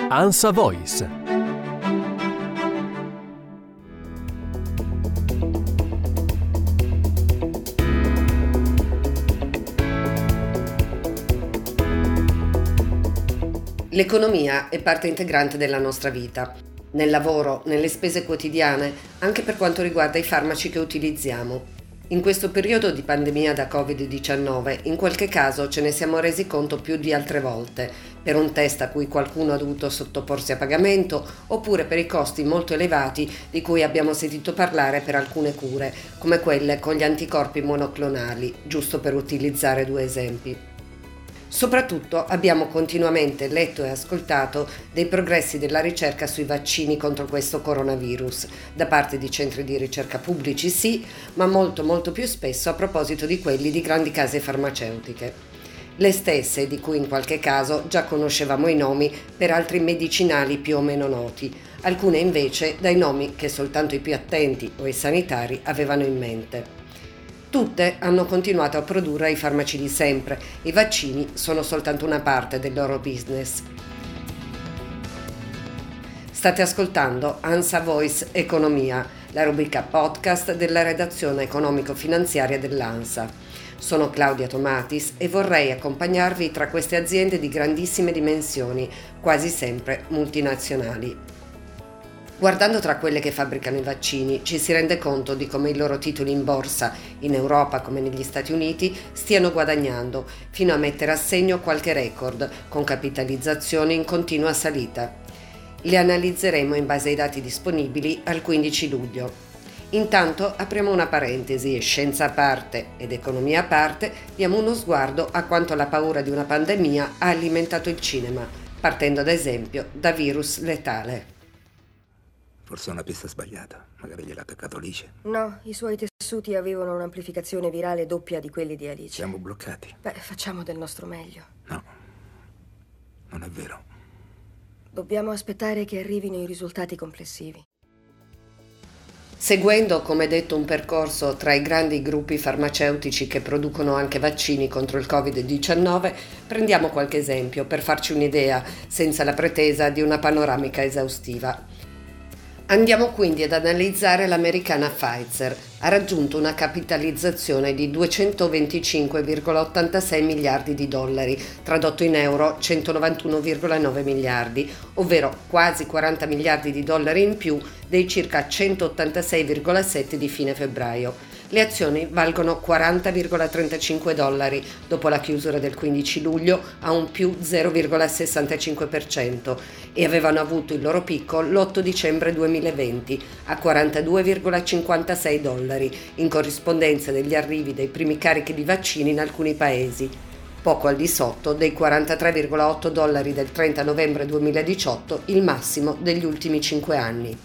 ANSA Voice. L'economia è parte integrante della nostra vita, nel lavoro, nelle spese quotidiane, anche per quanto riguarda i farmaci che utilizziamo. In questo periodo di pandemia da Covid-19, in qualche caso ce ne siamo resi conto più di altre volte, per un test a cui qualcuno ha dovuto sottoporsi a pagamento, oppure per i costi molto elevati di cui abbiamo sentito parlare per alcune cure, come quelle con gli anticorpi monoclonali, giusto per utilizzare due esempi. Soprattutto abbiamo continuamente letto e ascoltato dei progressi della ricerca sui vaccini contro questo coronavirus, da parte di centri di ricerca pubblici sì, ma molto più spesso a proposito di quelli di grandi case farmaceutiche. Le stesse di cui in qualche caso già conoscevamo i nomi per altri medicinali più o meno noti, alcune invece dai nomi che soltanto i più attenti o i sanitari avevano in mente. Tutte hanno continuato a produrre i farmaci di sempre, i vaccini sono soltanto una parte del loro business. State ascoltando ANSA Voice Economia, la rubrica podcast della redazione economico-finanziaria dell'ANSA. Sono Claudia Tomatis e vorrei accompagnarvi tra queste aziende di grandissime dimensioni, quasi sempre multinazionali. Guardando tra quelle che fabbricano i vaccini ci si rende conto di come i loro titoli in borsa, in Europa come negli Stati Uniti, stiano guadagnando, fino a mettere a segno qualche record, con capitalizzazioni in continua salita. Le analizzeremo in base ai dati disponibili al 15 luglio. Intanto apriamo una parentesi e scienza a parte ed economia a parte diamo uno sguardo a quanto la paura di una pandemia ha alimentato il cinema, partendo ad esempio da Virus letale. Forse è una pista sbagliata, magari gliel'ha attaccato Alice. No, i suoi tessuti avevano un'amplificazione virale doppia di quelli di Alice. Siamo bloccati. Beh, facciamo del nostro meglio. No, non è vero. Dobbiamo aspettare che arrivino i risultati complessivi. Seguendo, come detto, un percorso tra i grandi gruppi farmaceutici che producono anche vaccini contro il Covid-19, prendiamo qualche esempio per farci un'idea, senza la pretesa di una panoramica esaustiva. Andiamo quindi ad analizzare l'americana Pfizer. Ha raggiunto una capitalizzazione di 225,86 miliardi di dollari, tradotto in euro 191,9 miliardi, ovvero quasi 40 miliardi di dollari in più dei circa 186,7 di fine febbraio. Le azioni valgono 40,35 dollari dopo la chiusura del 15 luglio a un più 0,65% e avevano avuto il loro picco l'8 dicembre 2020 a 42,56 dollari in corrispondenza degli arrivi dei primi carichi di vaccini in alcuni paesi, poco al di sotto dei 43,8 dollari del 30 novembre 2018, il massimo degli ultimi 5 anni.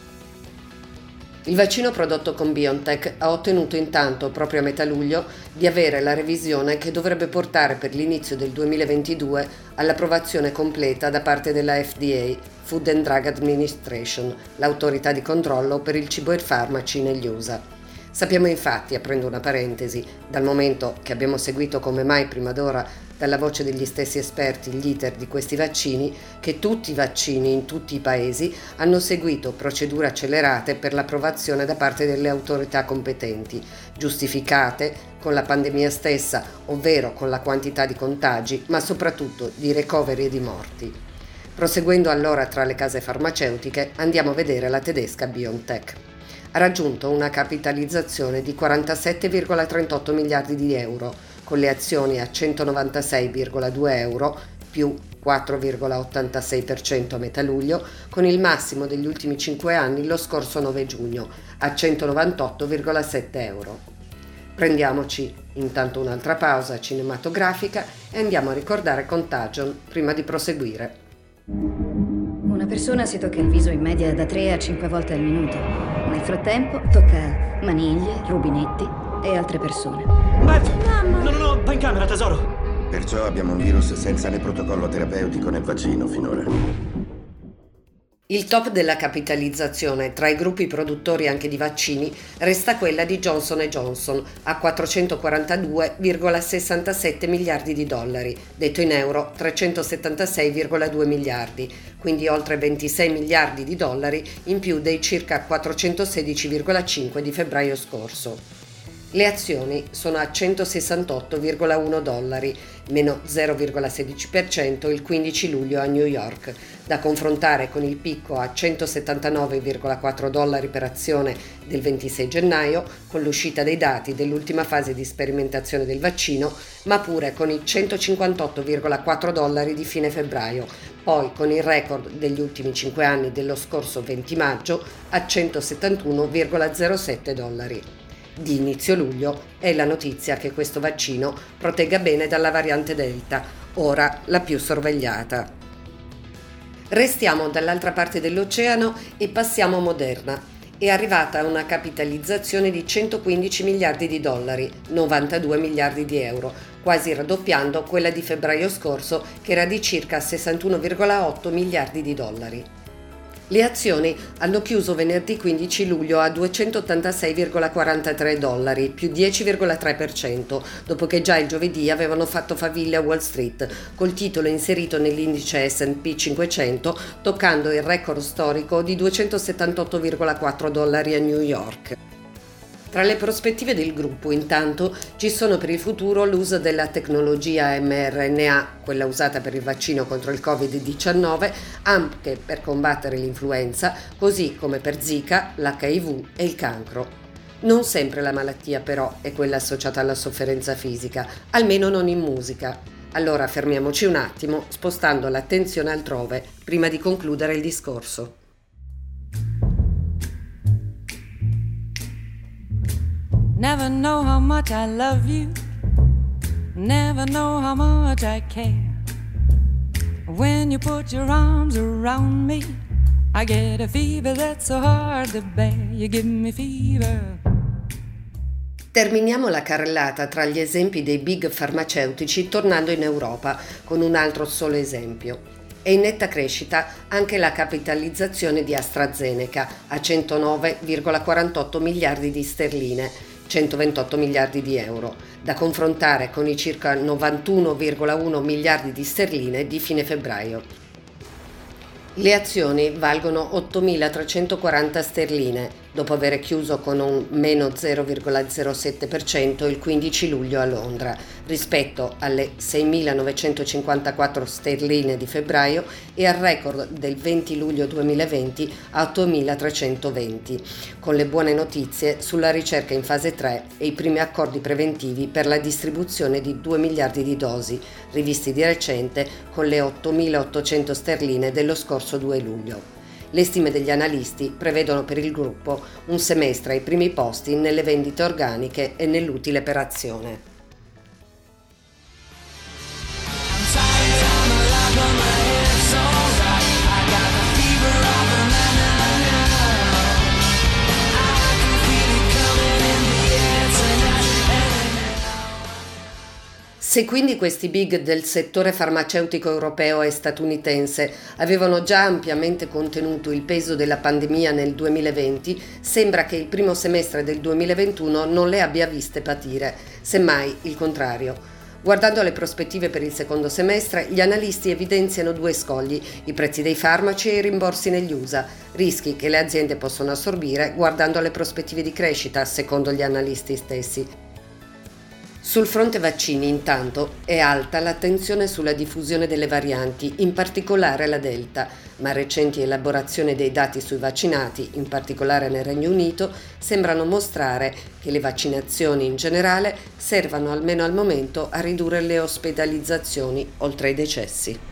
Il vaccino prodotto con BioNTech ha ottenuto intanto, proprio a metà luglio, di avere la revisione che dovrebbe portare per l'inizio del 2022 all'approvazione completa da parte della FDA, Food and Drug Administration, l'autorità di controllo per il cibo e farmaci negli USA. Sappiamo infatti, aprendo una parentesi, dal momento che abbiamo seguito come mai prima d'ora dalla voce degli stessi esperti gli iter di questi vaccini, che tutti i vaccini in tutti i paesi hanno seguito procedure accelerate per l'approvazione da parte delle autorità competenti, giustificate con la pandemia stessa, ovvero con la quantità di contagi, ma soprattutto di ricoveri e di morti. Proseguendo allora tra le case farmaceutiche, andiamo a vedere la tedesca BioNTech. Ha raggiunto una capitalizzazione di 47,38 miliardi di euro, con le azioni a 196,2 euro, più 4,86% a metà luglio, con il massimo degli ultimi 5 anni lo scorso 9 giugno, a 198,7 euro. Prendiamoci intanto un'altra pausa cinematografica e andiamo a ricordare Contagion prima di proseguire. Una persona si tocca il viso in media da 3 a 5 volte al minuto. Nel frattempo tocca maniglie, rubinetti e altre persone. Beth! Mamma! No, va in camera, tesoro! Perciò abbiamo un virus senza né protocollo terapeutico né vaccino finora. Il top della capitalizzazione tra i gruppi produttori anche di vaccini resta quella di Johnson & Johnson a 442,67 miliardi di dollari, detto in euro 376,2 miliardi, quindi oltre 26 miliardi di dollari in più dei circa 416,5 di febbraio scorso. Le azioni sono a 168,1 dollari, meno 0,16% il 15 luglio a New York, da confrontare con il picco a 179,4 dollari per azione del 26 gennaio, con l'uscita dei dati dell'ultima fase di sperimentazione del vaccino, ma pure con i 158,4 dollari di fine febbraio, poi con il record degli ultimi 5 anni dello scorso 20 maggio a 171,07 dollari. Di inizio luglio è la notizia che questo vaccino protegga bene dalla variante Delta, ora la più sorvegliata. Restiamo dall'altra parte dell'oceano e passiamo a Moderna. È arrivata a una capitalizzazione di 115 miliardi di dollari, 92 miliardi di euro, quasi raddoppiando quella di febbraio scorso che era di circa 61,8 miliardi di dollari. Le azioni hanno chiuso venerdì 15 luglio a 286,43 dollari, più 10,3%, dopo che già il giovedì avevano fatto faville a Wall Street, col titolo inserito nell'indice S&P 500, toccando il record storico di 278,4 dollari a New York. Tra le prospettive del gruppo, intanto, ci sono per il futuro l'uso della tecnologia mRNA, quella usata per il vaccino contro il Covid-19, anche per combattere l'influenza, così come per Zika, l'HIV e il cancro. Non sempre la malattia, però, è quella associata alla sofferenza fisica, almeno non in musica. Allora fermiamoci un attimo, spostando l'attenzione altrove, prima di concludere il discorso. Never know how much I love you. Never know how much I care. When you put your arms around me, I get a fever that's so hard to bear. You give me fever. Terminiamo la carrellata tra gli esempi dei big farmaceutici tornando in Europa con un altro solo esempio. È in netta crescita anche la capitalizzazione di AstraZeneca a 109,48 miliardi di sterline, 128 miliardi di euro, da confrontare con i circa 91,1 miliardi di sterline di fine febbraio. Le azioni valgono 8.340 sterline, dopo aver chiuso con un meno 0,07% il 15 luglio a Londra, rispetto alle 6.954 sterline di febbraio e al record del 20 luglio 2020 a 8.320, con le buone notizie sulla ricerca in fase 3 e i primi accordi preventivi per la distribuzione di 2 miliardi di dosi, rivisti di recente con le 8.800 sterline dello scorso 2 luglio. Le stime degli analisti prevedono per il gruppo un semestre ai primi posti nelle vendite organiche e nell'utile per azione. Se quindi questi big del settore farmaceutico europeo e statunitense avevano già ampiamente contenuto il peso della pandemia nel 2020, sembra che il primo semestre del 2021 non le abbia viste patire, semmai il contrario. Guardando alle prospettive per il secondo semestre, gli analisti evidenziano due scogli, i prezzi dei farmaci e i rimborsi negli USA, rischi che le aziende possono assorbire guardando alle prospettive di crescita, secondo gli analisti stessi. Sul fronte vaccini, intanto, è alta l'attenzione sulla diffusione delle varianti, in particolare la Delta, ma recenti elaborazioni dei dati sui vaccinati, in particolare nel Regno Unito, sembrano mostrare che le vaccinazioni in generale servano almeno al momento a ridurre le ospedalizzazioni, oltre ai decessi.